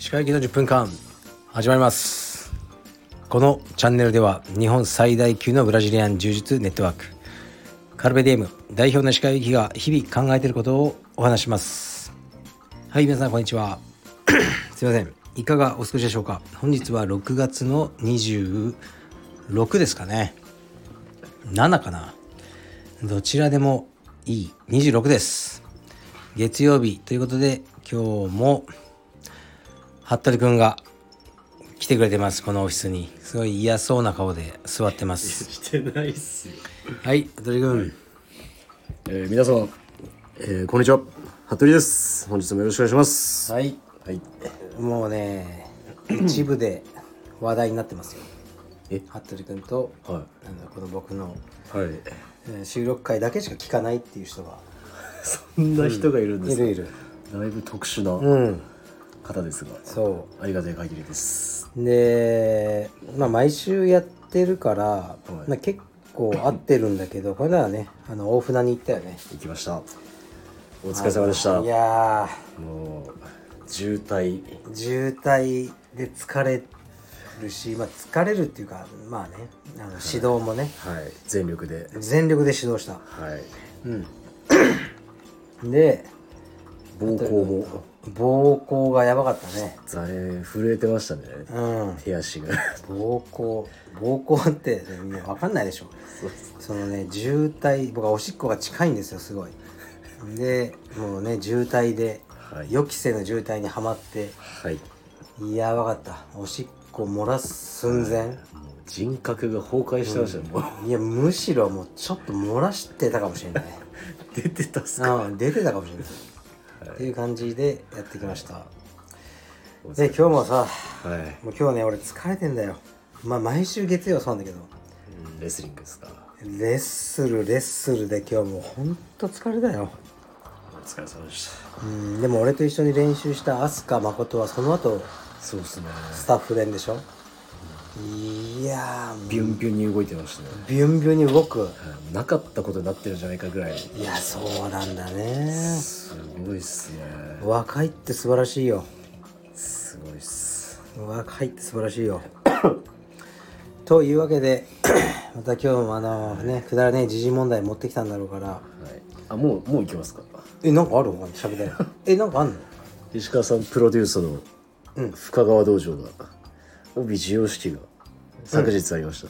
歯科医の10分間始まります。このチャンネルでは日本最大級のブラジリアン柔術ネットワークカルベディエム代表の歯科医が日々考えていることをお話します。はい、皆さんこんにちはすいません、いかがお過ごしでしょうか。本日は6月の26ですかね、7かな、どちらでもいい26です。月曜日ということで今日も服部くんが来てくれてます。このオフィスにすごい嫌そうな顔で座ってます。 してないっすよ。 はい、服部くん、 皆様、こんにちは、服部です。本日もよろしくお願いします。 はい、 はい。 もうね一部で話題になってますよ。服部くんと、 はこの僕の、 い。はい。 収録回だけしか聞かないっていう人がそんな人がいるんですか。 いる。 だいぶ特殊な方ですが、 そありがたい限りです。 うで、毎週やってるから、結構合ってるんだけど、これならね大船に行ったよね。 行きました。お疲れ様でした。 いやもう渋滞で疲れるし、疲れるっていうか指導もね、 はい全力で全力で指導した。 はいで膀胱がやばかったね。 震えてましたね。手足が膀胱ってみんな分かんないでしょ。そのね渋滞、僕はおしっこが近いんですよ、すごい。でもうね渋滞で、予期せぬ渋滞にはまって、やばかった。おしっこ漏らす寸前、 人格が崩壊してましたね。もういやむしろもうちょっと漏らしてたかもしれない出てたっすか。 出てたかもしれない、っていう感じでやってきました。で今日もさ、もう今日ね俺疲れてんだよ。毎週月曜そうなんだけど、 レスリングですか。 レッスルで今日もうほんと疲れだよ。 お疲れ様でした。 でも俺と一緒に練習した飛鳥誠はその後そうですね、 スタッフ練でしょ。いやービュンビュンに動いてましたね。 ビュンビュンに動く、 なかったことになってるんじゃないかぐらい。 いやそうなんだね。 すごいっすね。 若いって素晴らしいよ。 すごいっす。 若いって素晴らしいよというわけでまた今日もくだらねえ時事問題持ってきたんだろうから、 もう行きますか。 なんかあるのしゃべりなんかあんの。 石川さんプロデュースの深川道場が帯授与式が昨日ありました、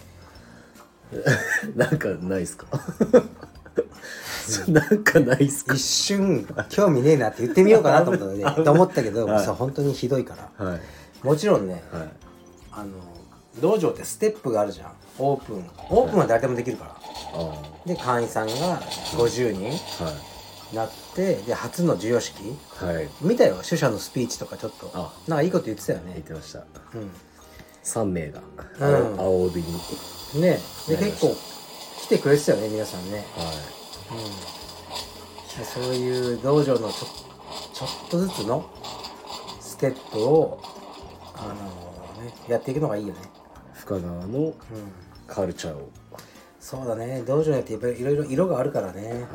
なんかないっすかなんかないっすか。 一瞬興味ねえなって言ってみようかなと思ったのねと思ったけど、本当にひどいから、もちろんね、道場ってステップがあるじゃん。オープンは誰でもできるから、で会員さんが50人なって、で初の授与式、見たよ、主者のスピーチとか。ちょっとなんかいいこと言ってたよね。 言ってました。3名が青帯にね。で結構来てくれてたよね、皆さんね。そういう道場のちょっとずつのステップをやっていくのがいいよね。 深川のカルチャーを、 そうだね。道場によってやっぱりいろいろ色があるからね。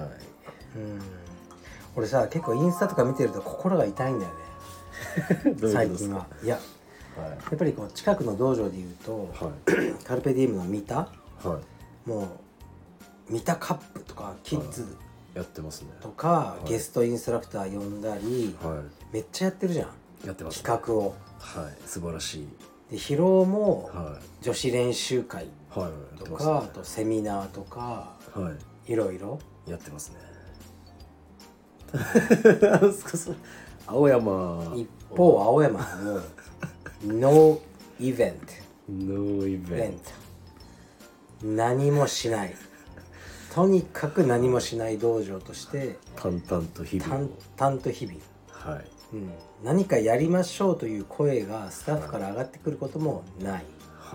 俺さ結構インスタとか見てると心が痛いんだよね最近は。いや、やっぱりこう近くの道場でいうと、カルペディウムのミタ、もうミタカップとかキッズやってますねとか、ゲストインストラクター呼んだり、めっちゃやってるじゃん。 やってますね、 企画を。 素晴らしい。 で疲労も、女子練習会とか、あとセミナーとか、いろいろやってますね青山。 一方青山はもうノーイベント、何もしない、とにかく何もしない道場として淡々と日々、 何かやりましょうという声がスタッフから上がってくることもない、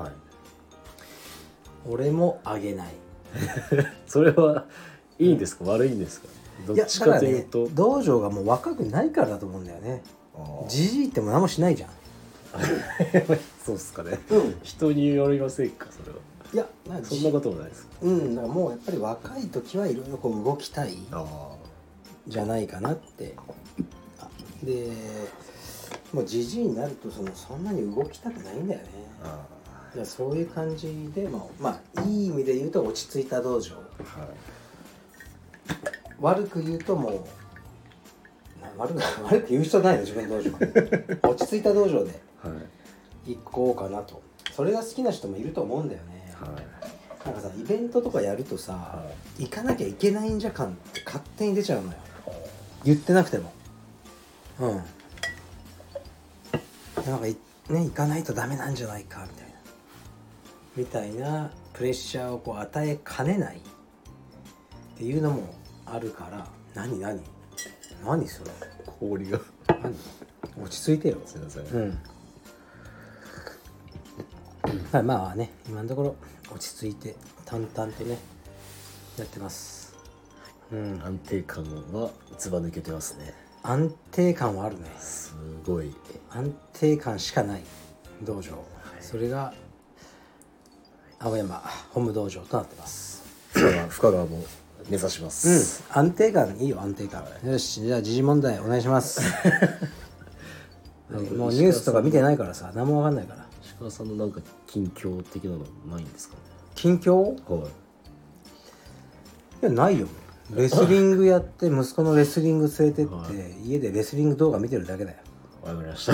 俺も上げないそれはいいんですか、悪いんですか。どっちかというと、 道場がもう若くないからだと思うんだよね。じじいっても何もしないじゃんそうっすかね、人によりませんか、それは。いや、そんなこともないですか。 だからもうやっぱり若い時はいろいろこう動きたいじゃないかなって。でもうじじいになるとそんなに動きたくないんだよね。いやそういう感じで、まあいい意味で言うと落ち着いた道場、悪く言うともう悪く言う人ないの自分の道場落ち着いた道場で行こうかなと。それが好きな人もいると思うんだよね。なんかさイベントとかやるとさ、行かなきゃいけないんじゃ感って勝手に出ちゃうのよ、言ってなくても。なんか行かないとダメなんじゃないかみたいなプレッシャーをこう与えかねないっていうのもあるから。何それ氷が落ち着いてよ。 すいません。 まあね今のところ落ち着いて淡々とねやってます。 安定感はずば抜けてますね。 安定感はあるね。 すごい安定感しかない道場、それが青山本部道場となってます。 深川も目指します。 安定感いいよ安定感、よしじゃあ時事問題お願いしますもうニュースとか見てないからさ何も分かんないから。 石川さんのなんか近況的なのないんですか？ 近況？いやないよ。レスリングやって息子のレスリング連れてって、家でレスリング動画見てるだけだよ。 わかりました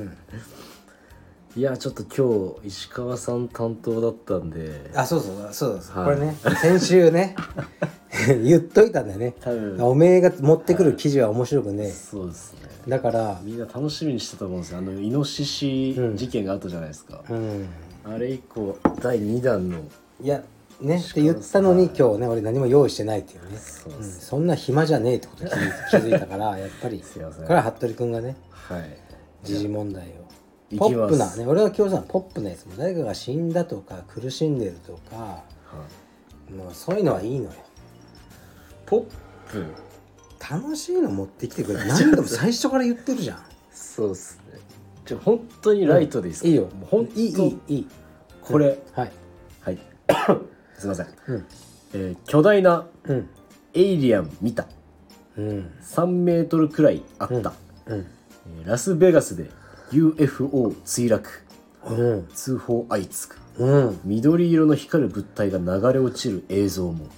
いやちょっと今日石川さん担当だったんで、 そう、これね先週ね言っといたんだよね。 多分おめえが持ってくる記事は面白くね。 そうですね。 だからみんな楽しみにしてたと思うんですよ。イノシシ事件があったじゃないですか、あれ以降第2弾のいやねって言ったのに今日ね俺何も用意してないっていうね。そんな暇じゃねえってこと気づいたからやっぱりこれは服部君がね時事問題をポップなね、俺は今日さポップなやつも誰かが死んだとか苦しんでるとか、もうそういうのはいいのよ。 ポップ楽しいの持ってきてくれ。何でも最初から言ってるじゃんそうっすね。本当にライトでいいですか？ いいよ。 本当いいこれ、 はいすいません、巨大なエイリアン見た、3メートルくらいあった、ラスベガスで UFO 墜落、通報相次ぐ、緑色の光る物体が流れ落ちる映像も、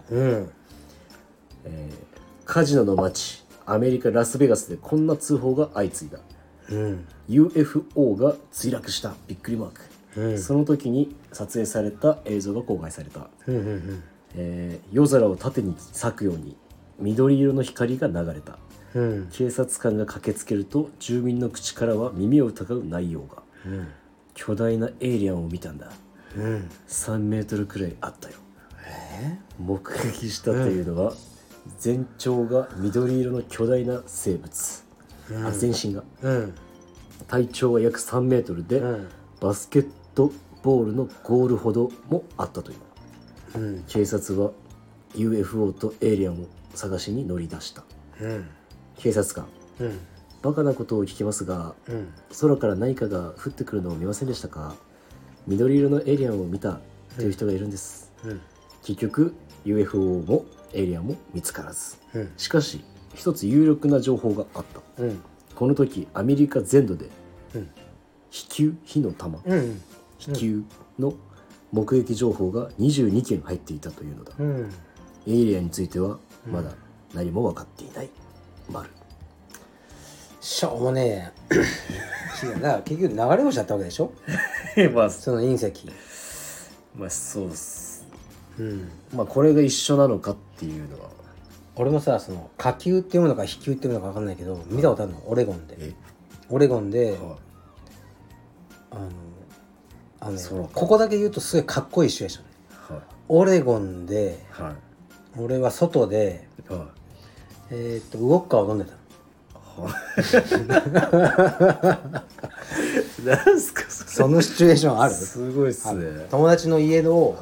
カジノの街アメリカラスベガスでこんな通報が相次いだ、UFO が墜落したびっくりマーク、その時に撮影された映像が公開された、夜空を縦に裂くように緑色の光が流れた、警察官が駆けつけると住民の口からは耳を疑う内容が、巨大なエイリアンを見たんだ、3メートルくらいあったよ、目撃したというのは、全長が緑色の巨大な生物、全身が、体長は約3メートルで、バスケットボールのゴールほどもあったという、警察は UFO とエイリアンを探しに乗り出した、警察官、バカなことを聞きますが、空から何かが降ってくるのを見ませんでしたか？緑色のエイリアンを見たという人がいるんです、結局 UFO もエイリアンも見つからず、しかし一つ有力な情報があった、この時アメリカ全土で、火の玉、気球の目撃情報が22件入っていたというのだ、エイリアンについてはまだ何も分かっていない、 しょうもねえだから結局流れ星だったわけでしょその隕石。 そうっす、これが一緒なのかっていうのは俺もさその火球っていうものか飛球っていうのか分かんないけど見たことあるの。オレゴンでここだけ言うとすごいかっこいいシチュエーション、オレゴンで、俺は外で、ウォッカを飲んでたの。 なんすかそのシチュエーションある？ すごいっすね。 友達の家の、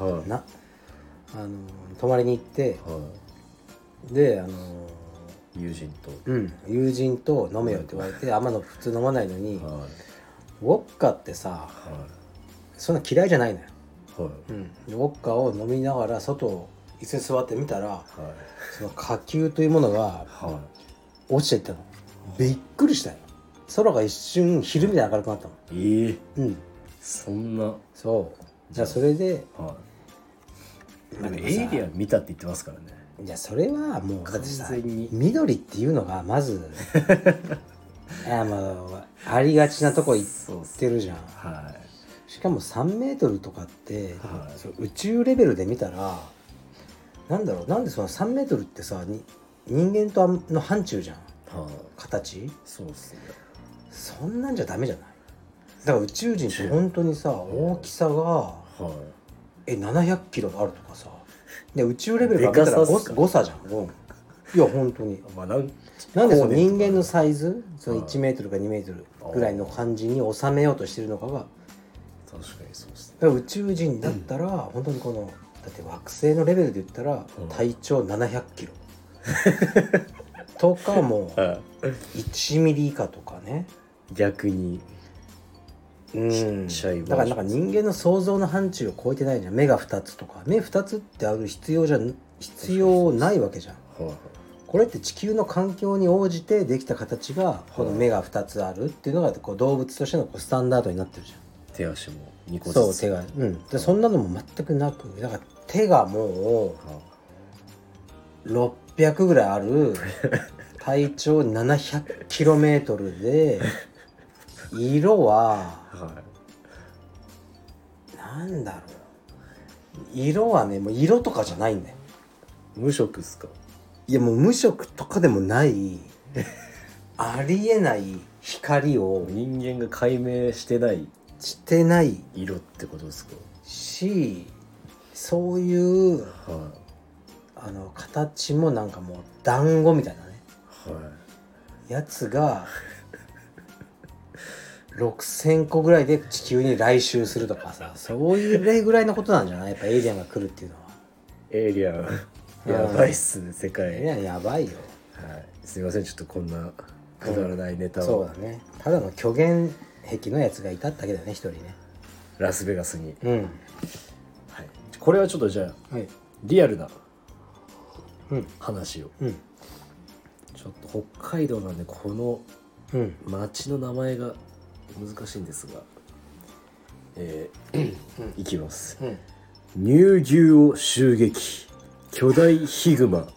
泊まりに行って、で友人と、 友人と飲めよって言われて、あんまの普通飲まないのに、ウォッカってさ、そんな嫌いじゃないのよ、ウォッカを飲みながら外椅子に座ってみたら、その火球というものが落ちていったの。びっくりしたよ。 空が一瞬昼みたいに明るくなったもん。うん。 そんな。 そうじゃあそれで、 なんかエイリアン見たって言ってますからね。 じゃあそれはもうだってさ完全に緑っていうのがまずいやまあありがちなとこ行ってるじゃん。 はしかも3メートルとかって、 はいそう宇宙レベルで見たらなんだろう、なんでその3メートルってさ人間との範疇じゃん、形。 そうっすね。 そんなんじゃダメじゃない。だから宇宙人って本当にさ大きさが700キロあるとかさ、で宇宙レベルから見たら誤差じゃん。いや本当に、なんでその人間のサイズ、その1メートルか2メートルぐらいの感じに収めようとしてるのかが。 確かにそうですね。 だから宇宙人だったら、本当にこのだって惑星のレベルで言ったら体長700キロとかも1ミリ以下とかね。 逆にだからなんか人間の想像の範疇を超えてないじゃん。目が2つとか、目2つってある必要ないわけじゃん。これって地球の環境に応じてできた形がこの目が2つあるっていうのがこう動物としてのスタンダードになってるじゃん。 手足も2個ずつ。 そう手が、でそんなのも全くなく、だから手がもう600ぐらいある体長 700km で色はなんだろう、色はねもう色とかじゃないんだよ。 無色っすか。 いやもう無色とかでもないありえない光を人間が解明してない色ってことですか。 し、そういう形もなんかもう団子みたいなね、やつが6000個ぐらいで地球に来襲するとかさ、そういうぐらいのことなんじゃない？やっぱエイリアンが来るっていうのは。 エイリアンやばいっすね、世界。 エイリアンやばいよ。 すいません、ちょっとこんなくだらないネタを。 そうだね、ただの虚言癖のやつがいただけだね、一人ね、 ラスベガスに。これはちょっとじゃあ、リアルな話を、ちょっと北海道なんでこの町の名前が難しいんですが、いきます、乳牛を襲撃巨大ヒグマ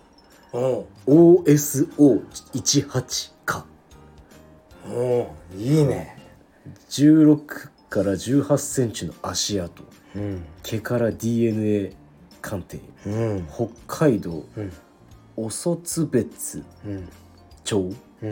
OSO18 か。 いいね。 16から18センチの足跡、毛から DNA 鑑定、北海道、オソツベツ町、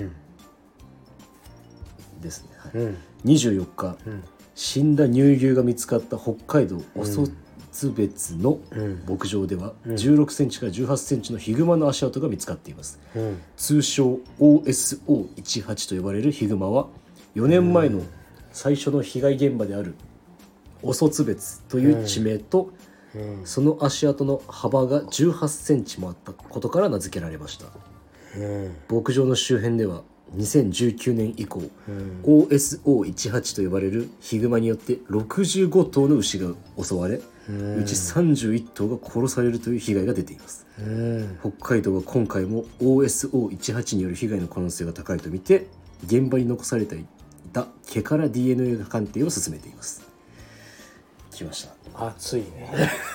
ですね、24日、死んだ乳牛が見つかった北海道オソツベツの牧場では、16センチから18センチのヒグマの足跡が見つかっています。通称 OSO18 と呼ばれるヒグマは4年前の最初の被害現場であるオソツベツという地名と、その足跡の幅が18センチもあったことから名付けられました。牧場の周辺では2019年以降、OSO18 と呼ばれるヒグマによって65頭の牛が襲われ、うち31頭が殺されるという被害が出ています。北海道は今回も OSO18 による被害の可能性が高いとみて、現場に残されていた毛から DNA 鑑定を進めています。来ました。 熱いね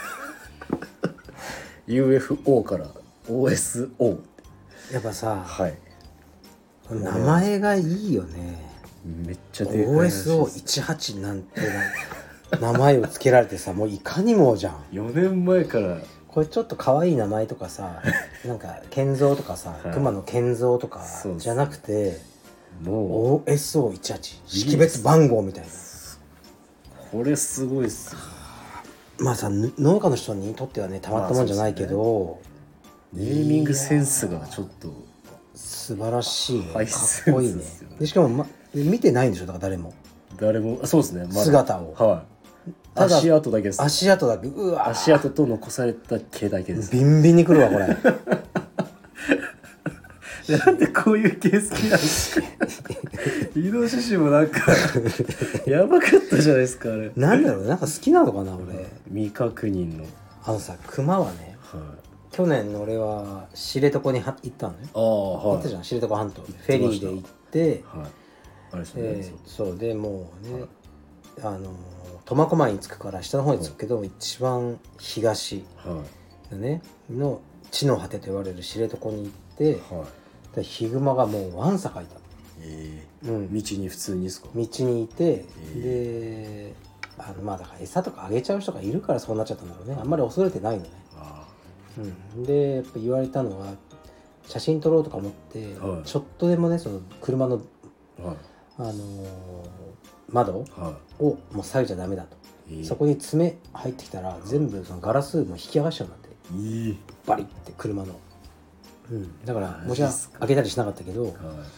UFO から OSO。 やっぱさ、 名前がいいよね。 めっちゃでかいらしいです。 OSO18 なんて名前を付けられてさ、もういかにもじゃん。 4年前からこれちょっと可愛い名前とかさなんか建造とかさ、熊の建造とかじゃなくて、もう OSO18 識別番号みたいな。 これすごいっすよ。 まあさ、農家の人にとってはねたまったもんじゃないけど、 ネーミングセンスがちょっと素晴らしいね、かっセンこいいね。 スですよね。 でしかも、見てないんでしょ、だから誰もそうですね、 姿を。 ただ足跡だけです。 足跡だけ。うわ、 足跡と残された毛だけです。 ビンビンにくるわこれなんでこういう毛好きなんですかイノシシもなんかやばかったじゃないですか、あれ。 なんだろう、なんか好きなのかな俺。 未確認のさ、熊はね、去年俺は知床に行ったのね。行ったじゃん、知床半島。フェリーで行って、 あれですよね、 そうでもうね、苫小牧に着くから下の方に着くけど、一番東だねの地の果てと言われる知床に行って、でヒグマがもうわんさかいた。 道に普通にですか？ 道にいて、でまあだから餌とかあげちゃう人がいるからそうなっちゃったんだろうね。あんまり恐れてないのね。でやっぱ言われたのは写真撮ろうとか思って、ちょっとでもねその車の、窓をもう下げちゃダメだと、そこに爪入ってきたら全部そのガラスも引き剥がしちゃうんだって、バリって車の、だからもちろん開けたりしなかったけど、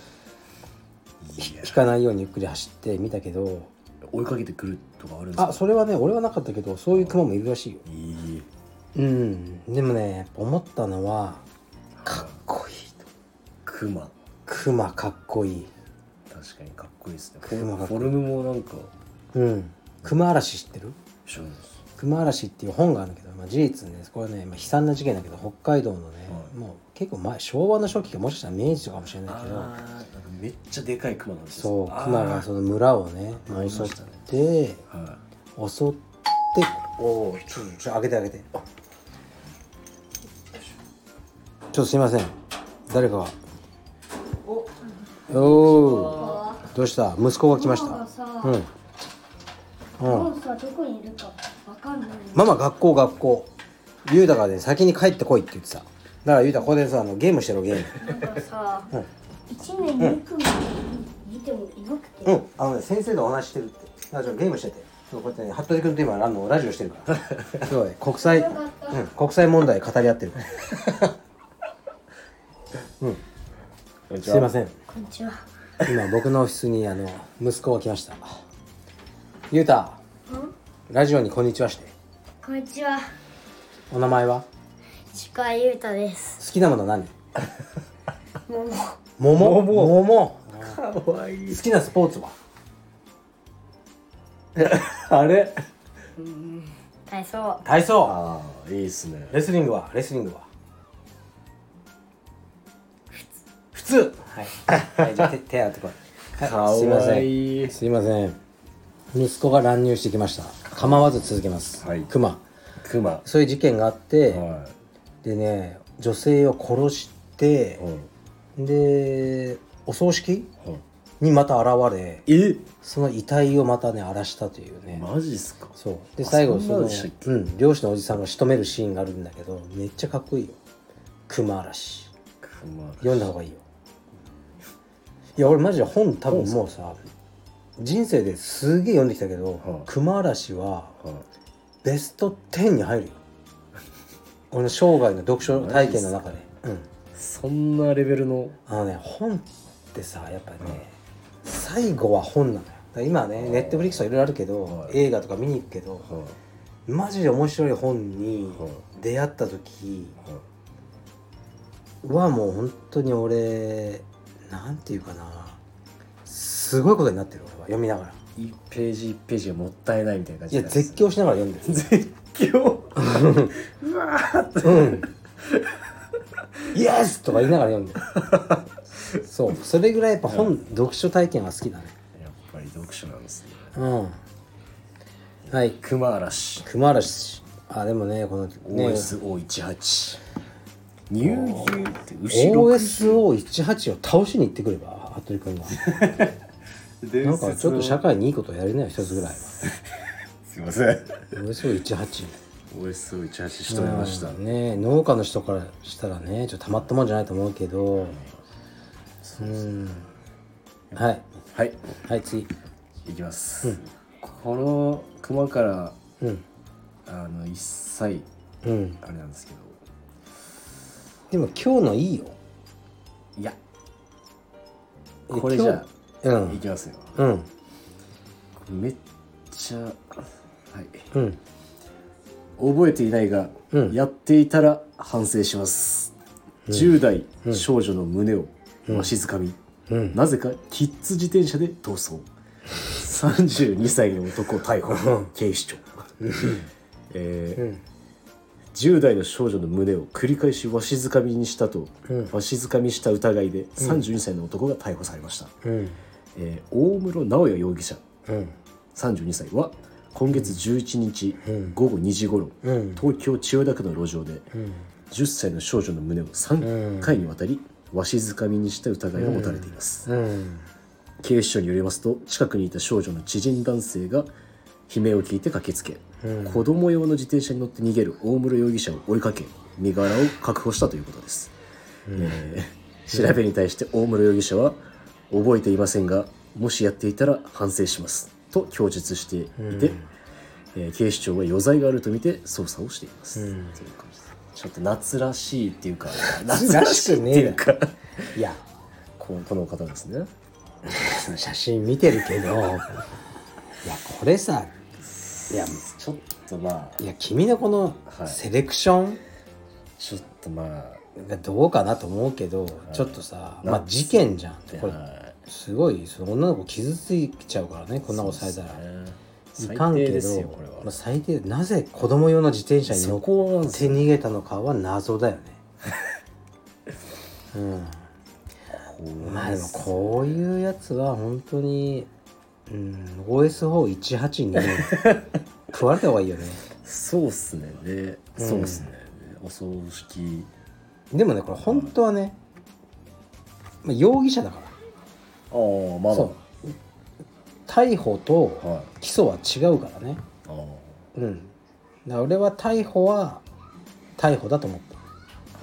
引かないようにゆっくり走って見たけど、 追いかけてくるとかあるんですか？ それはね俺はなかったけどそういうクマもいるらしいよ。でもねやっぱ思ったのはかっこいいと。クマかっこいい。 確かにかっこいいですね。 フォルムもなんかクマ嵐知ってる？ 知らないです。 クマ嵐っていう本があるんだけど、事実ねこれね、悲惨な事件だけど北海道のね、もう結構前昭和の初期かもしかしたら明治とかもしれないけど、 なんかめっちゃでかいクマなんですよ。そうクマがその村をね襲って、襲ってちょっと開けてちょっとすいません誰かがどうした？息子が来ました。 もうさどこにいるかわかんない。 ママ学校ゆうたがね先に帰ってこいって言ってた。だからゆうたここでさゲームしてろゲーム。 なんかさ、1年2組見てもいなくて、 先生とお話してるって。だからゲームしてて、そうこうやってね服部君と今ラジオしてるからそうね国際問題語り合ってるすいません。 こんにちは。 今僕のオフィスに息子が来ました。ゆうた、ラジオにこんにちはして。 こんにちは。 お名前は？ 石川優太です。 好きなもの何？ 桃。 かわいい。 好きなスポーツは？ あれ？ 体操。いいっすね。 レスリングは？普通。はい、じゃあ手洗ってこい。 かわいい。 すいません。息子が乱入してきました。構わず続けます。クマ。そういう事件があって、でね女性を殺して、でお葬式にまた現れ、その遺体をまたね荒らしたというね。 マジっすか？ そうで最後漁師のおじさんが仕留めるシーンがあるんだけど、めっちゃかっこいいよ。クマ嵐読んだ方がいいよ。いや俺マジで本多分もうさ人生ですげえ読んできたけど、クマ嵐はベスト10に入るよ俺の生涯の読書体験の中で。 そんなレベルの本ってさやっぱりね、最後は本なのよ。だから今ねネットフリックスはいろいろあるけど、映画とか見に行くけど、マジで面白い本に出会った時はもう本当に俺なんていうかな、すごいことになってる俺は読みながら。 1ページ1ページがもったいないみたいな感じ。 いや絶叫しながら読んでる。 絶叫うわーってイエスとか言いながら読んでるそうそれぐらいやっぱ読書体験は好きだね。 やっぱり読書なんですね。 はい。 クマ嵐。 でもねこのね OSO18 ニューギュって後ろ OSO18 を倒しに行ってくれば服部君がなんかちょっと社会にいいことやれない一つぐらいはすいません。 OSO18 仕留めましたね。農家の人からしたらねちょっとたまったもんじゃないと思うけど、はい次いきます、このクマから、一切、あれなんですけど、 でも今日のいいよ。 いやこれじゃあ、いきますよ。めっちゃ覚えていないが、やっていたら反省します。10代少女の胸をわしづかみ、なぜかキッズ自転車で逃走。32歳の男を逮捕。警視庁。10代の少女の胸を繰り返しわしづかみにしたと、わしづかみした疑いで32歳の男が逮捕されました。 大室直哉容疑者うん 32歳は今月11日午後2時頃、東京千代田区の路上で10歳の少女の胸を3回にわたりわしづかみにした疑いが持たれています、警視庁によりますと、近くにいた少女の知人男性が悲鳴を聞いて駆けつけ、子供用の自転車に乗って逃げる大室容疑者を追いかけ身柄を確保したということです、調べに対して大室容疑者は覚えていませんが、もしやっていたら反省しますと供述していて、警視庁は余罪があるとみて捜査をしています、という感じです。ちょっと夏らしいっていうか夏らしいっていうかいやこの方ですね。 その写真見てるけどいやこれさ、いやちょっとまあいや君のこのセレクションちょっとまあがどうかなと思うけど、ちょっとさ、まあ事件じゃんこれ、すごいその女の子傷ついちゃうからね、こんなことされたら、いかんけど、まあ、最低なぜ子供用の自転車に乗って逃げたのかは謎だよねまあでもこういうやつは本当に、OS418 に食われた方がいいよねそうっすね。で、そうっすね。お葬式でもねこれ本当はね、まあ、容疑者だからまだそう逮捕と起訴は違うからね、だから俺は逮捕は逮捕だと思った、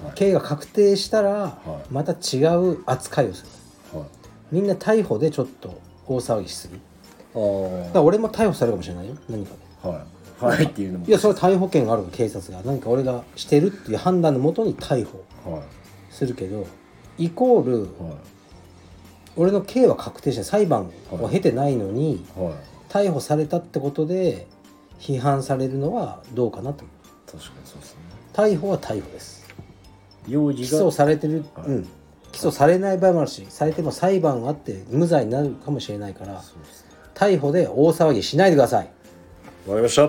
刑が確定したらまた違う扱いをする、みんな逮捕でちょっと大騒ぎしすぎ、だから俺も逮捕されるかもしれないよ、何かで、 はいっていうのも、 いやそれは逮捕権があるの、警察が何か俺がしてるっていう判断のもとに逮捕するけど、イコール、俺の刑は確定して裁判を経てないのに、逮捕されたってことで批判されるのはどうかなと思う。 確かにそうですね。 逮捕は逮捕です。 容疑が起訴されてる、起訴されない場合もあるし、されても裁判があって無罪になるかもしれないから、逮捕で大騒ぎしないでください。 わかりました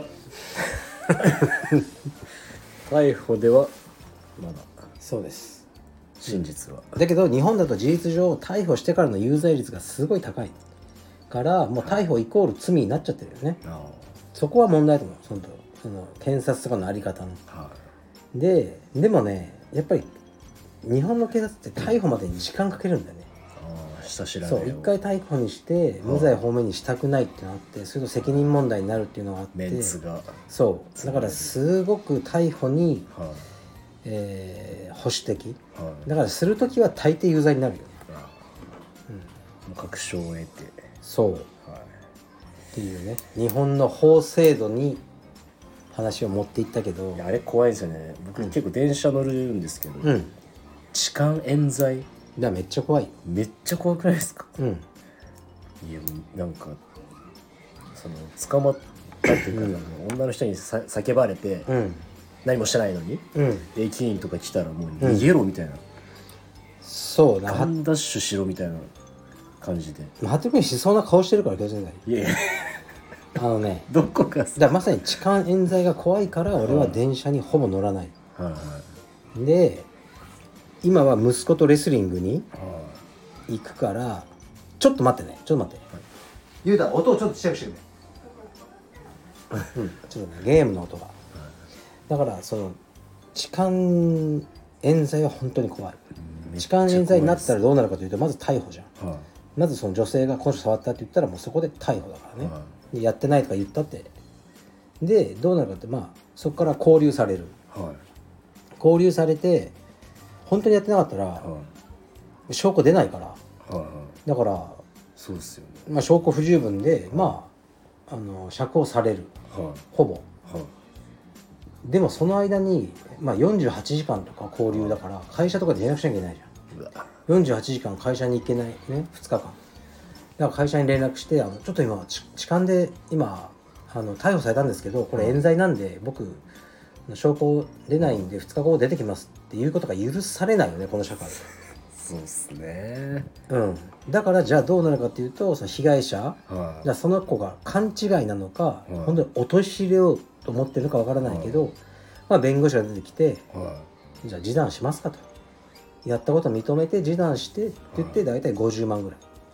逮捕ではまだそうです。 真実はだけど日本だと事実上逮捕してからの有罪率がすごい高いからもう逮捕イコール罪になっちゃってるよね。そこは問題だと思う。その検察とかのあり方の、でもねやっぱり日本の警察って逮捕までに時間かけるんだよね。 下調べをそう一回逮捕にして無罪放免にしたくないってなってそれと責任問題になるっていうのがあってメンツがそうだからすごく逮捕に、保守的、だからするときは大抵有罪になるよね、 確証を得てそう、っていうね日本の法制度に話を持っていったけど、 あれ怖いですよね。僕結構電車乗るんですけど、痴漢冤罪だめっちゃ怖い。 めっちゃ怖くないですか？いやなんかその捕まったっていうか、女の人に叫ばれて、何もしてないのに、駅員とか来たらもう逃げろみたいな、 そうだガンダッシュしろみたいな感じで、 服部君しそうな顔してるから気をつけてください。 いやいやねどこがだからまさに痴漢冤罪が怖いから俺は電車にほぼ乗らない、で今は息子とレスリングに行くからちょっと待ってねゆうた音をちょっとちっちゃくしてくれちょっとねゲームの音が、だからその痴漢冤罪は本当に怖い。痴漢冤罪になったらどうなるかというとまず逮捕じゃん、まずその女性が今週触ったって言ったらもうそこで逮捕だからね、やってないとか言ったってでどうなるかってまあそこから勾留される、勾留されて本当にやってなかったら、証拠出ないから、だからそうですよね、 まあ、証拠不十分で、まあ釈放される、ほぼ、でもその間に、まあ、48時間とか勾留だから会社とかで連絡しなきゃいけないじゃん。48時間会社に行けないね2日間だから会社に連絡してちょっと今痴漢で今逮捕されたんですけどこれ冤罪なんで僕証拠出ないんで2日後出てきますっていうことが許されないよねこの社会。 そうっすね。 だからじゃあどうなるかっていうとその被害者、じゃあその子が勘違いなのか、本当に陥れようと思ってるのかわからないけど、まあ、弁護士が出てきて、じゃあ示談しますかとやったことを認めて示談してって言って大体50万ぐらい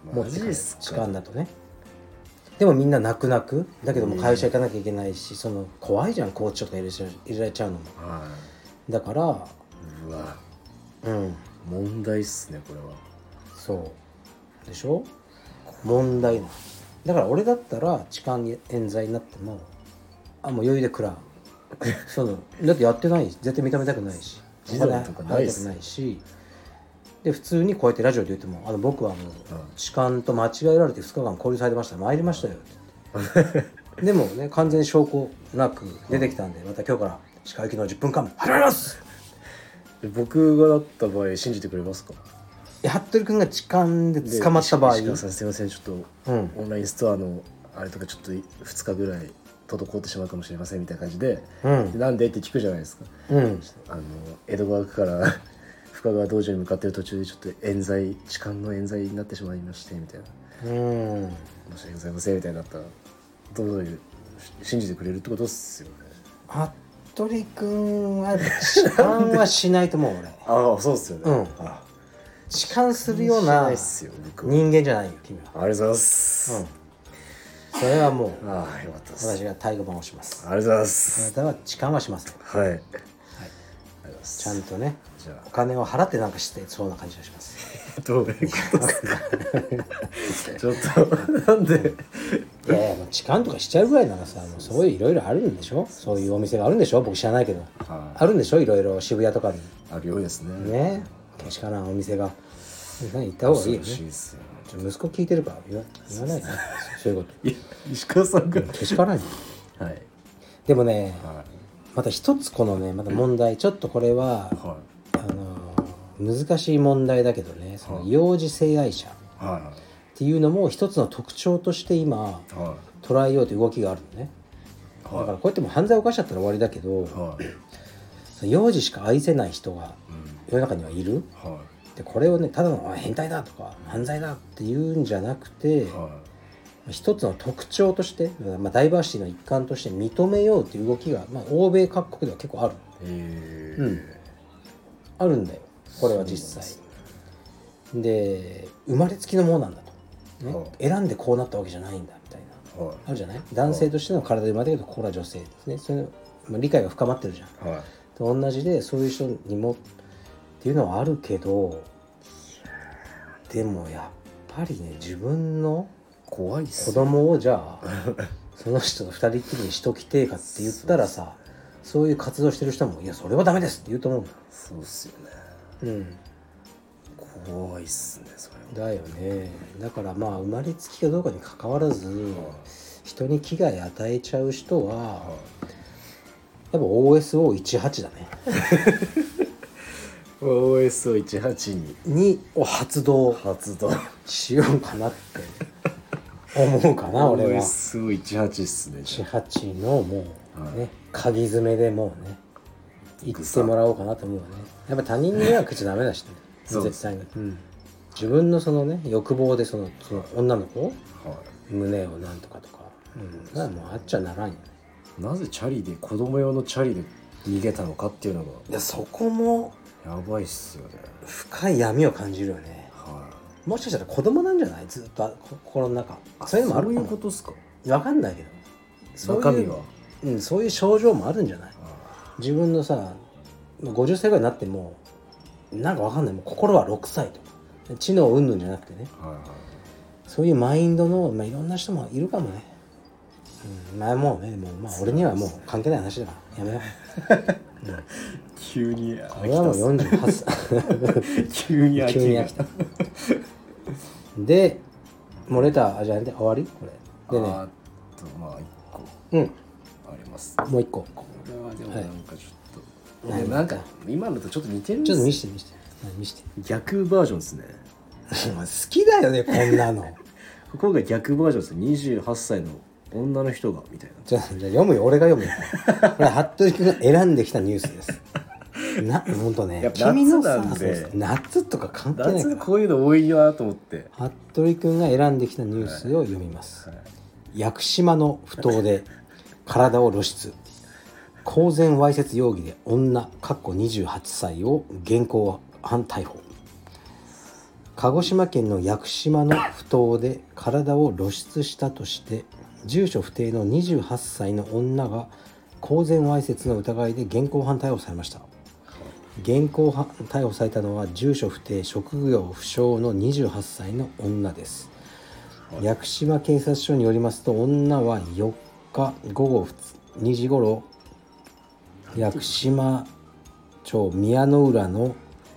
持ってくるマジっすか痴漢だとね。でもみんな泣く泣くだけども会社行かなきゃいけないし、その怖いじゃん、拘置所とか入れられちゃうのも。 はだからい。うわうん問題っすねこれは。 そうでしょ、問題な。だから俺だったら痴漢冤罪になってももう余裕で食らうそのだってやってないし、絶対認めたくないし、 児童とかないっすお金払いたくないし、で普通にこうやってラジオで言っても僕はもう痴漢と間違えられて2日間交流されてました、参りましたよってでもね完全に証拠なく出てきたんで、また今日から歯科行きの10分間始まります。 で僕がだった場合信じてくれますか？ 服部君が痴漢で捕まった場合、 石川さんすいません、ちょっと、オンラインストアのあれとかちょっと2日ぐらい滞ってしまうかもしれませんみたいな感じで、でなんでって聞くじゃないですか。江戸川区から深川道場に向かってる途中でちょっと痴漢の冤罪になってしまいましてみたいな、申し訳ございませんみたいになったらどういう信じてくれるってことっすよね。 服部君は痴漢はしないと思う俺。 ああそうっすよね。 痴漢するような人間じゃないよ君は。 ありがとうございます。 それはもうよかったです。 私がタイガーマンをします。 ありがとうございます。 あなたは痴漢はしません。 はい。 ちゃんとねじゃあお金を払ってなんかしてそうな感じがします。 どういうことですか？ちょっとなんでいやもう痴漢とかしちゃうぐらいならさ、もうそういういろいろあるんでしょ、そういうお店があるんでしょ、僕知らないけど、あるんでしょ、いろいろ渋谷とかにあるようですね。 ね、けしからんお店が行った方がいいよね。息子聞いてるから言わないでねそういうこと。 いや石川さんがけしからんよ。 はい。 でもね、また一つこのねまた問題、ちょっとこれは、難しい問題だけどね、その幼児性愛者っていうのも一つの特徴として今、捉えようという動きがあるのね。だからこうやっても犯罪を犯しちゃったら終わりだけど、幼児しか愛せない人が世の中にはいる。でこれをねただの変態だとか犯罪だっていうんじゃなくて、一つの特徴として、ダイバーシティの一環として認めようという動きが、欧米各国では結構ある。あるんだよこれは実際で、生まれつきのものなんだと、ね選んでこうなったわけじゃないんだみたいな、あるじゃない。男性としての体で生まれたけどこれは女性ですね、それ理解が深まってるじゃん。と同じでそういう人にもっていうのはあるけど、でもやっぱりね自分の怖いっす子供をじゃあその人と二人っきりにしときてえかって言ったらさ、そういう活動してる人もいやそれはダメですって言うと思うんだ。 そうっすよね。怖いっすねそれは。 だよね。だから生まれつきかどうかにかかわらず、人に危害与えちゃう人は、やっぱ OSO18 だね OSO18 にを発動しようかなって思うかな俺は。 OSO18 っすね。 18のもうね、鍵詰めでもうね言ってもらおうかなと思うよね。やっぱ他人に迷惑しちゃダメだしね絶対に、自分のそのね欲望でその女の子、胸をなんとかとか、もうあっちゃならんよね。 なぜ子供用のチャリで逃げたのかっていうのが、 いやそこもやばいっすよね。 深い闇を感じるよね。もしかしたら子供なんじゃない、ずっと心の中。そういうのもあるかも。 そういうことっすか？ 分かんないけど、 中身はそういう症状もあるんじゃない。自分のさ50歳ぐらいになってもなんか分かんない、もう心は6歳とか知能云々じゃなくてね、そういうマインドの、いろんな人もいるかもね。もうね俺にはもう関係ない話だからやめよう急に俺はもう48歳急に飽きたでもうレターじゃあ終わりこれでね。 1個あります。 もう1個。 これはでもなんかちょっと、なんか今のとちょっと似てるんです。 ちょっと見して逆バージョンですね好きだよねこんなのここが逆バージョンです。28歳の女の人がみたいな。 じゃあ読むよ、俺が読むよこれ服部君が選んできたニュースですほんとね、君のさ夏とか関係ないから、 夏こういうの多いなと思って。 服部君が選んできたニュースを読みます。屋久島の埠頭で体を露出、公然わいせつ容疑で女（28歳）を現行犯逮捕。 鹿児島県の屋久島の埠頭で体を露出したとして住所不定の28歳の女が公然わいせつの疑いで現行犯逮捕されました。現行犯逮捕されたのは住所不定職業不詳の28歳の女です。屋久島警察署によりますと、女は4日午後2時ごろ屋久島町宮の浦の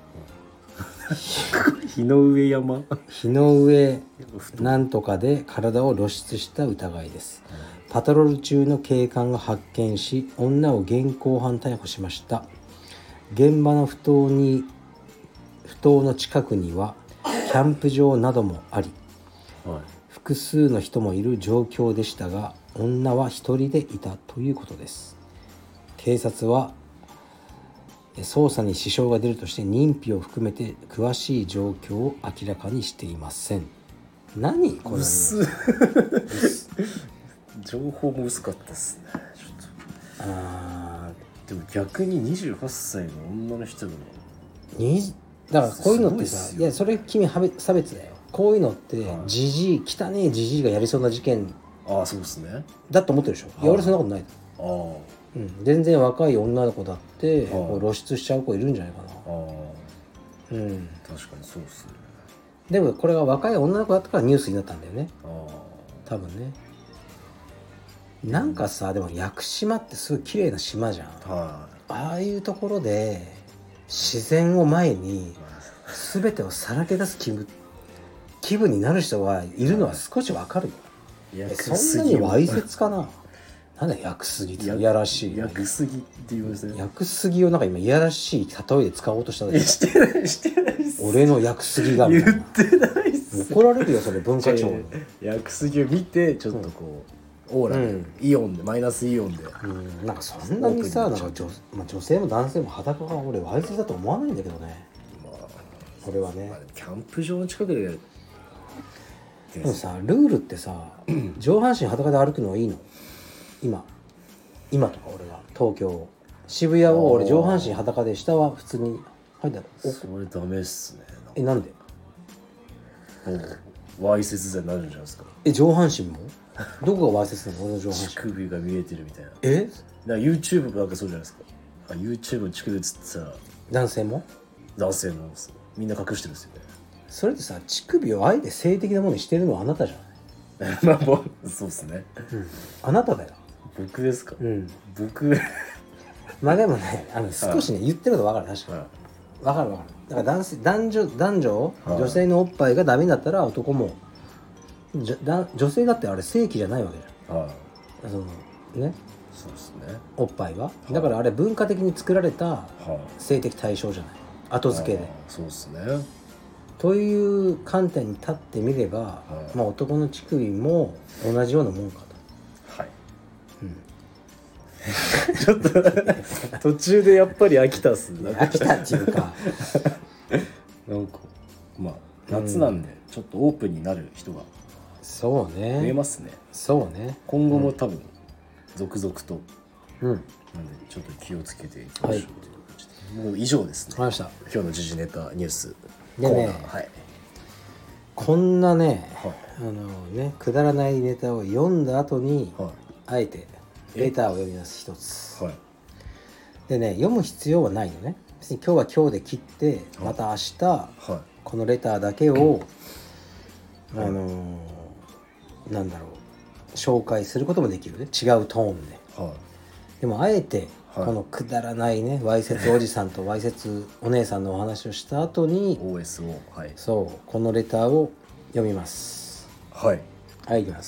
日の上山日の上なんとかで体を露出した疑いです。パトロール中の警官が発見し、女を現行犯逮捕しました。現場の埠頭の近くにはキャンプ場などもあり、複数の人もいる状況でしたが、女は一人でいたということです。警察は捜査に支障が出るとして認否を含めて詳しい状況を明らかにしていません。何これ情報も薄かったですね。ちょっとでも逆に28歳の女の人がだからこういうのってさ、いやそれ君差別だよ。こういうのってじじい汚ねえじじいがやりそうな事件そうですねだと思ってるでしょ。いや俺そんなことない。全然若い女の子だって露出しちゃう子いるんじゃないかな。 確かにそうですね。 でもこれが若い女の子だったからニュースになったんだよね、多分ね。なんかさ、でも屋久島ってすごい綺麗な島じゃん。ああいうところで自然を前に全てをさらけ出す気分になる人がいるのは少しわかるよ。そんなにわいせつかな。なんだ屋久杉っていやらしい。 屋久杉って言いますね。 屋久杉をなんか今いやらしい例えで使おうとしただけ。 してないっす。 俺の屋久杉が言ってないっす。 怒られるよそれ文化庁。 屋久杉を見てちょっとこう、オーラで、イオンでマイナスイオンで、 なんかそんなにさ、なんか女性も男性も裸が俺わいせつだと思わないんだけどね。俺はね。 キャンプ場の近くででもさ、ルールってさ、上半身裸で歩くのはいいの？今とか俺は東京渋谷を俺上半身裸で下は普通に入ったらそれダメっすね。 なんで？ わいせつ罪になるんじゃないですか。 上半身も？どこがわいせつなの？俺の上半身。 乳首が見えてるみたいな。YouTube なんかそうじゃないですか。YouTube の乳首映ってたら男性もみんな隠してるんですよね。 それってさ、乳首をあえて性的なものにしてるのはあなたじゃない？ そうっすね、 あなただよ。 僕ですか？僕まあでもね、少しね言ってること分かる。確かに分かる。だから男女女性のおっぱいがダメだったら男も女性だってあれ性器じゃないわけじゃん。そうですね。おっぱいはだからあれ文化的に作られた性的対象じゃない。後付けで。そうですね。という観点に立ってみれば、まあ男の乳首も同じようなもんかと。 ちょっと途中でやっぱり飽きたっすね。 飽きたっていうかなんかまあ夏なんでちょっとオープンになる人がそうね増えますね。 そうね。 今後も多分続々と、 なんでちょっと気をつけていきましょうという感じで、もう以上ですね。 わかりました。 今日の時事ネタニュースでね、こんなね、くだらないネタを読んだ後に、あえてレターを読みます一つ。でね、読む必要はないのね。別に今日は今日で切って、また明日、このレターだけを、なんだろう、紹介することもできるね。違うトーンで。でもあえてこのくだらないね、わいせつおじさんとわいせつお姉さんのお話をした後に OS を、 そうこのレターを読みます。いきます。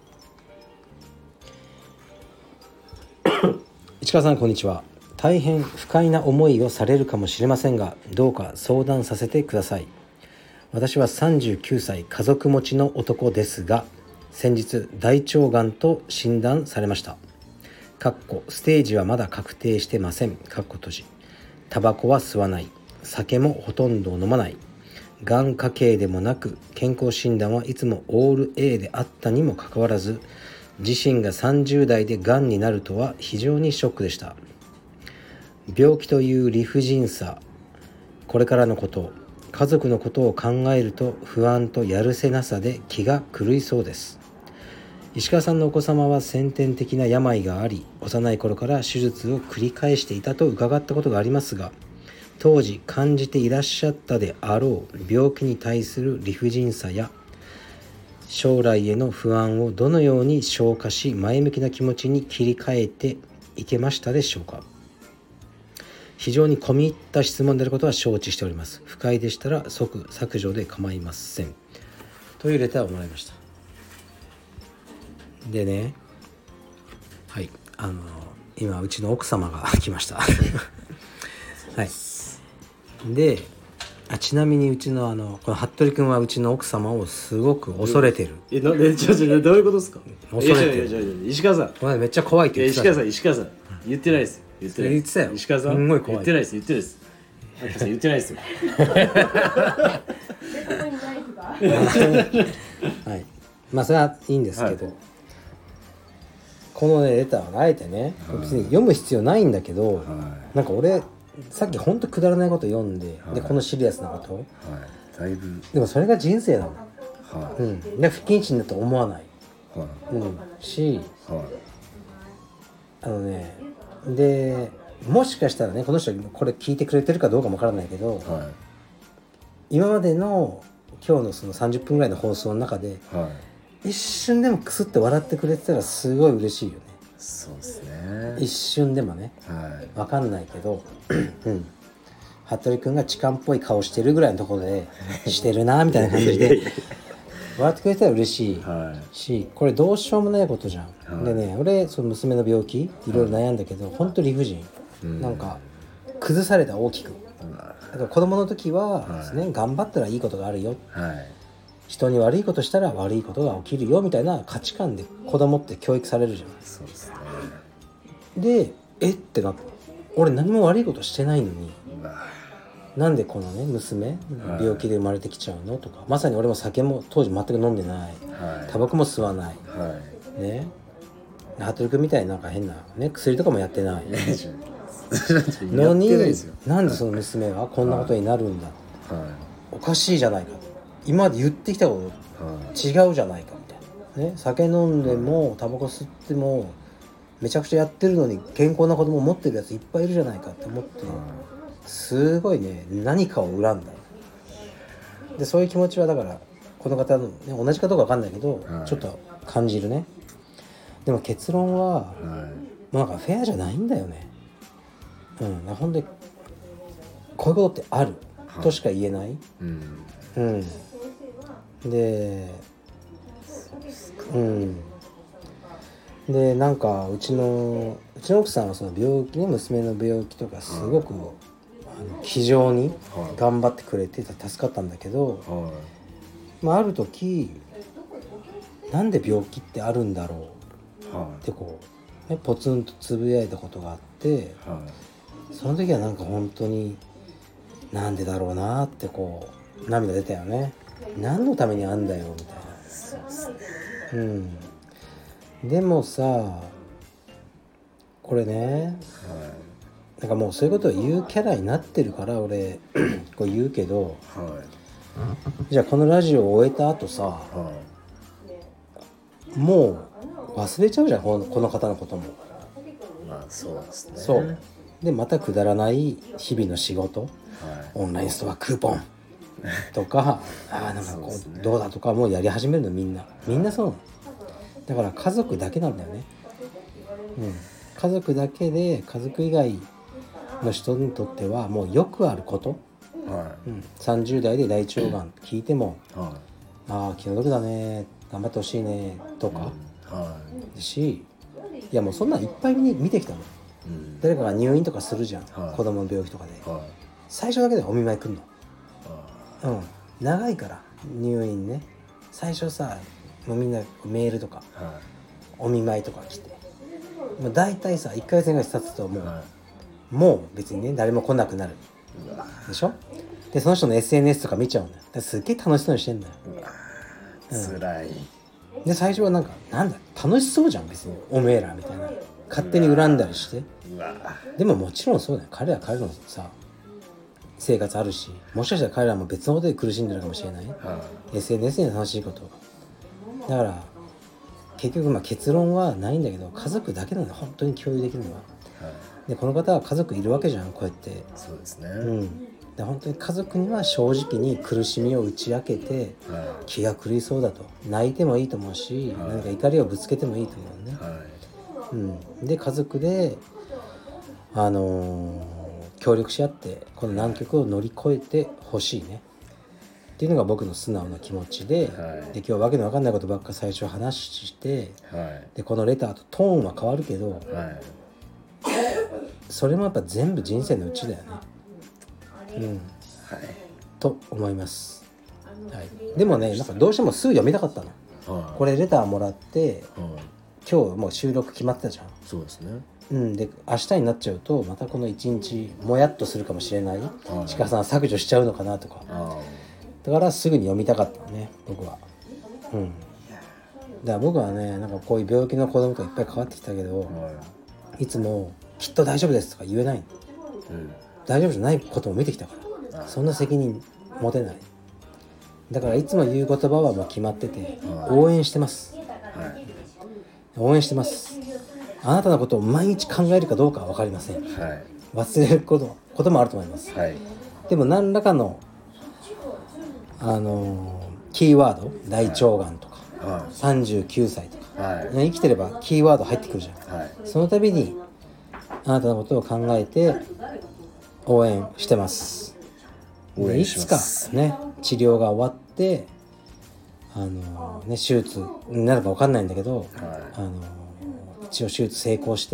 市川さん、こんにちは。大変不快な思いをされるかもしれませんが、どうか相談させてください。私は39歳家族持ちの男ですが、先日大腸がんと診断されました。ステージはまだ確定してません。タバコは吸わない。酒もほとんど飲まない。がん家系でもなく、健康診断はいつもオール A であったにもかかわらず、自身が30代でがんになるとは非常にショックでした。病気という理不尽さ、これからのこと、 家族のことを考えると不安とやるせなさで気が狂いそうです。石川さんのお子様は先天的な病があり、幼い頃から手術を繰り返していたと伺ったことがありますが、当時感じていらっしゃったであろう病気に対する理不尽さや将来への不安をどのように消化し、前向きな気持ちに切り替えていけましたでしょうか。非常に込み入った質問であることは承知しております。不快でしたら即削除で構いません、というレターをもらいました。でね、はい、今うちの奥様が来ましたはい。で、ちなみにうちのこの服部君はうちの奥様をすごく恐れてる。 なんでどういうことですか。 恐れてる。 石川さん、 これめっちゃ怖いって言ってた。 石川さん言ってないですよ。言ってたよ。石川さん、 すんごい怖い。 言ってないです。言ってないですよはい。まあそれはいいんですけど、このねレターはあえてね、別に読む必要ないんだけど、なんか俺さっきほんとくだらないこと読んで、でこのシリアスなこと、 だいぶでもそれが人生なの、で不謹慎だと思わない、し、でもしかしたらね、この人これ聞いてくれてるかどうかもわからないけど、今までの今日のその30分ぐらいの放送の中で、一瞬でもクスって笑ってくれてたらすごい嬉しいよね。 そうですね。 一瞬でもね、わかんないけど服部君が痴漢っぽい顔してるぐらいのところでしてるなみたいな感じで笑ってくれたら嬉しいし、これどうしようもないことじゃん、でね、俺その娘の病気いろいろ悩んだけど、本当理不尽、なんか崩された、大きく。だから子供の時はですね、頑張ったらいいことがあるよ、人に悪いことしたら悪いことが起きるよみたいな価値観で子供って教育されるじゃん。 そうですね。 でってなって、俺何も悪いことしてないのに、なんでこのね娘病気で生まれてきちゃうのとか、まさに俺も酒も当時全く飲んでない、タバコも吸わない、ね、服部君みたいになんか変な、ね、薬とかもやってないのに、なんでその娘はこんなことになるんだ、おかしいじゃないか、今まで言ってきたこと違うじゃないかみたいな、ね、酒飲んでもタバコ吸ってもめちゃくちゃやってるのに健康な子供持ってるやついっぱいいるじゃないかって思って、すごいね何かを恨んだ。でそういう気持ちはだからこの方の、ね、同じかどうか分かんないけど、ちょっと感じるね。でも結論は、なんかフェアじゃないんだよね。ほんでこういうことってあるとしか言えない。でなんかうちの奥さんはその病気ね、娘の病気とかすごく、気丈に頑張ってくれて助かったんだけど、ある時なんで病気ってあるんだろうってこう、ポツンとつぶやいたことがあって、その時はなんか本当になんでだろうなってこう涙出たよね。何のためにあんだよみたいな。でもさ、これね、なんかもうそういうことを言うキャラになってるから俺こう言うけど、じゃあこのラジオを終えた後さ、もう忘れちゃうじゃん、この方のことも。 そうですね。 そうでまたくだらない日々の仕事、オンラインストアクーポンとかなんかこうどうだとかもうやり始めるの、みんなそうなの。だから家族だけなんだよね。家族だけで、家族以外の人にとってはもうよくあること、30代で大腸がん聞いても、気の毒だね、頑張ってほしいねとか、し、いやもうそんなんいっぱい見てきたの。誰かが入院とかするじゃん、子供の病気とかで、最初だけでお見舞い来んの。長いから入院ね、最初さもうみんなメールとか、お見舞いとか来て、もう大体さ1ヶ月ぐらい経つともう別にね誰も来なくなるでしょ。でその人の SNS とか見ちゃうんだよ。すっげえ楽しそうにしてんだよ。 辛い。 で最初はなんだ楽しそうじゃん別に、おめえらみたいな、勝手に恨んだりして。でももちろんそうだよ、彼らのさ生活あるし、もしかしたら彼らも別のことで苦しんでるかもしれない、SNS で楽しいこと。だから結局結論はないんだけど、家族だけなの本当に共有できるのは、でこの方は家族いるわけじゃん、こうやって。 そうですね、 で本当に家族には正直に苦しみを打ち明けて、気が狂いそうだと泣いてもいいと思うし、何か怒りをぶつけてもいいと思うね、で家族で協力し合ってこの難局を乗り越えてほしいねっていうのが僕の素直な気持ちで、で今日わけのわかんないことばっか最初話して、でこのレターとトーンは変わるけど、それもやっぱ全部人生のうちだよね、と思います、でもね、なんかどうしてもすぐ読みたかったの、これレターもらって、今日もう収録決まってたじゃん。 そうですね。 で明日になっちゃうとまたこの一日もやっとするかもしれない、鹿さん削除しちゃうのかなとか、だからすぐに読みたかったのね僕は。だから僕はね、なんかこういう病気の子供といっぱい関わってきたけど、いつもきっと大丈夫ですとか言えない、大丈夫じゃないことも見てきたから、そんな責任持てない。だからいつも言う言葉はもう決まってて、応援してます、応援してます。あなたのことを毎日考えるかどうかは分かりません、忘れることもあると思います、でも何らかのキーワード、大腸がんとか、39歳とか、生きてればキーワード入ってくるじゃん、その度にあなたのことを考えて応援してます。いつかね治療が終わって手術になるか分かんないんだけど、一応手術成功して、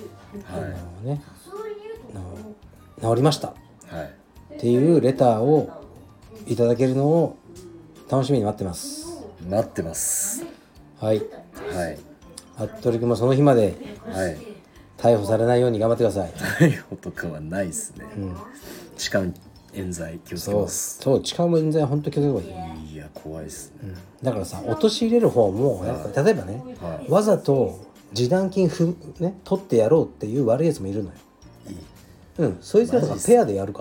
治りました、っていうレターをいただけるのを楽しみに待ってます。はい、服部君もその日まで逮捕されないように頑張ってください。 逮捕とかはないですね、痴漢冤罪気をつけます。 そう痴漢も冤罪本当に気をつけた方がいい。 いや怖いですね、 だからさ、陥れる方もやっぱ例えばね、わざと示談金取ってやろうっていう悪いやつもいるのよ。そいつらとかペアでやるから。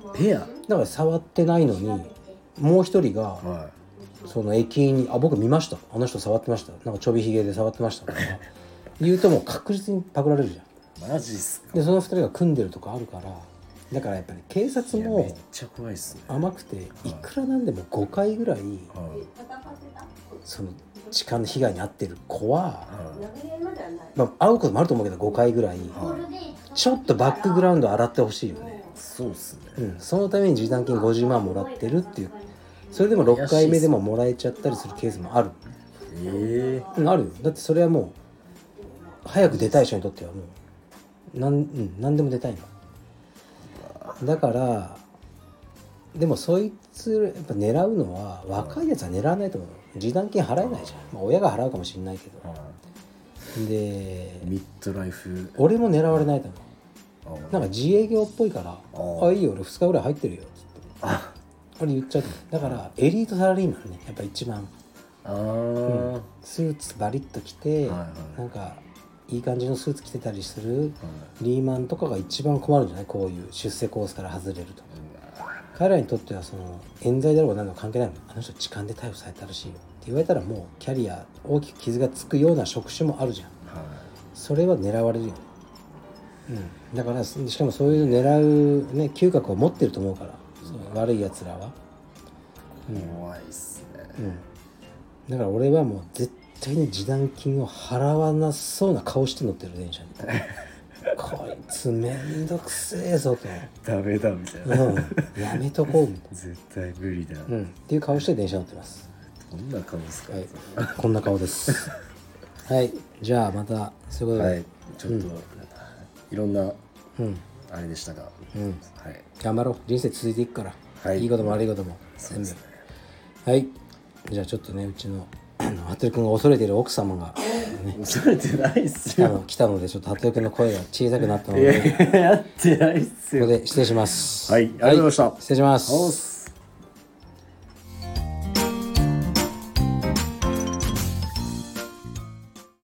ペアだから触ってないのにもう一人が、その駅員に僕見ました、あの人触ってました、なんかちょびひげで触ってましたとか言うともう確実にパクられるじゃん。 マジっすか。 でその二人が組んでるとかあるから、だからやっぱり警察もめっちゃ怖いっすね。 甘くていくらなんでも5回ぐらい、その痴漢の被害に遭ってる子は、会うこともあると思うけど5回ぐらい、ちょっとバックグラウンド洗ってほしいよね。 そうっすね、 そのために示談金50万もらってるっていう。それでも6回目でももらえちゃったりするケースもある。あるよ。だってそれはもう早く出たい人にとってはもう何でも出たいのだから。でもそいつやっぱ狙うのは若いやつは狙わないと思う。示談金払えないじゃん、親が払うかもしれないけど、でミッドライフ俺も狙われないと思う。なんか自営業っぽいから、いいよ俺2日ぐらい入ってるよっつってこれ言っちゃうと。だからエリートサラリーマンね、やっぱ一番スーツバリッと着て、なんかいい感じのスーツ着てたりするリーマンとかが一番困るんじゃない、こういう出世コースから外れると。彼らにとってはその冤罪だろうが何だろう関係ないの。あの人痴漢で逮捕されたらしいよって言われたら、もうキャリア大きく傷がつくような職種もあるじゃん、それは狙われるよね、だからしかもそういう狙うね嗅覚を持ってると思うから、そう悪いやつらは、 怖いっすね、 だから俺はもう絶対に示談金を払わなそうな顔して乗ってる電車にこいつめんどくせえぞと、 ダメだみたいな、 やめとこうみたいな、 絶対無理だ、 っていう顔して電車乗ってます。 どんな顔ですか、 こんな顔ですはい、じゃあまたそういうことで、 ちょっと、いろんな、あれでしたが、 頑張ろう。人生続いていくから、いいことも悪いことも全部、じゃあちょっとね、うちの服部君が恐れている奥様が、 恐れてないっすよ。 来たので、ちょっと服部君の声が小さくなったのでやってないっすよ。 ここで失礼します。 ありがとうございました。 失礼します。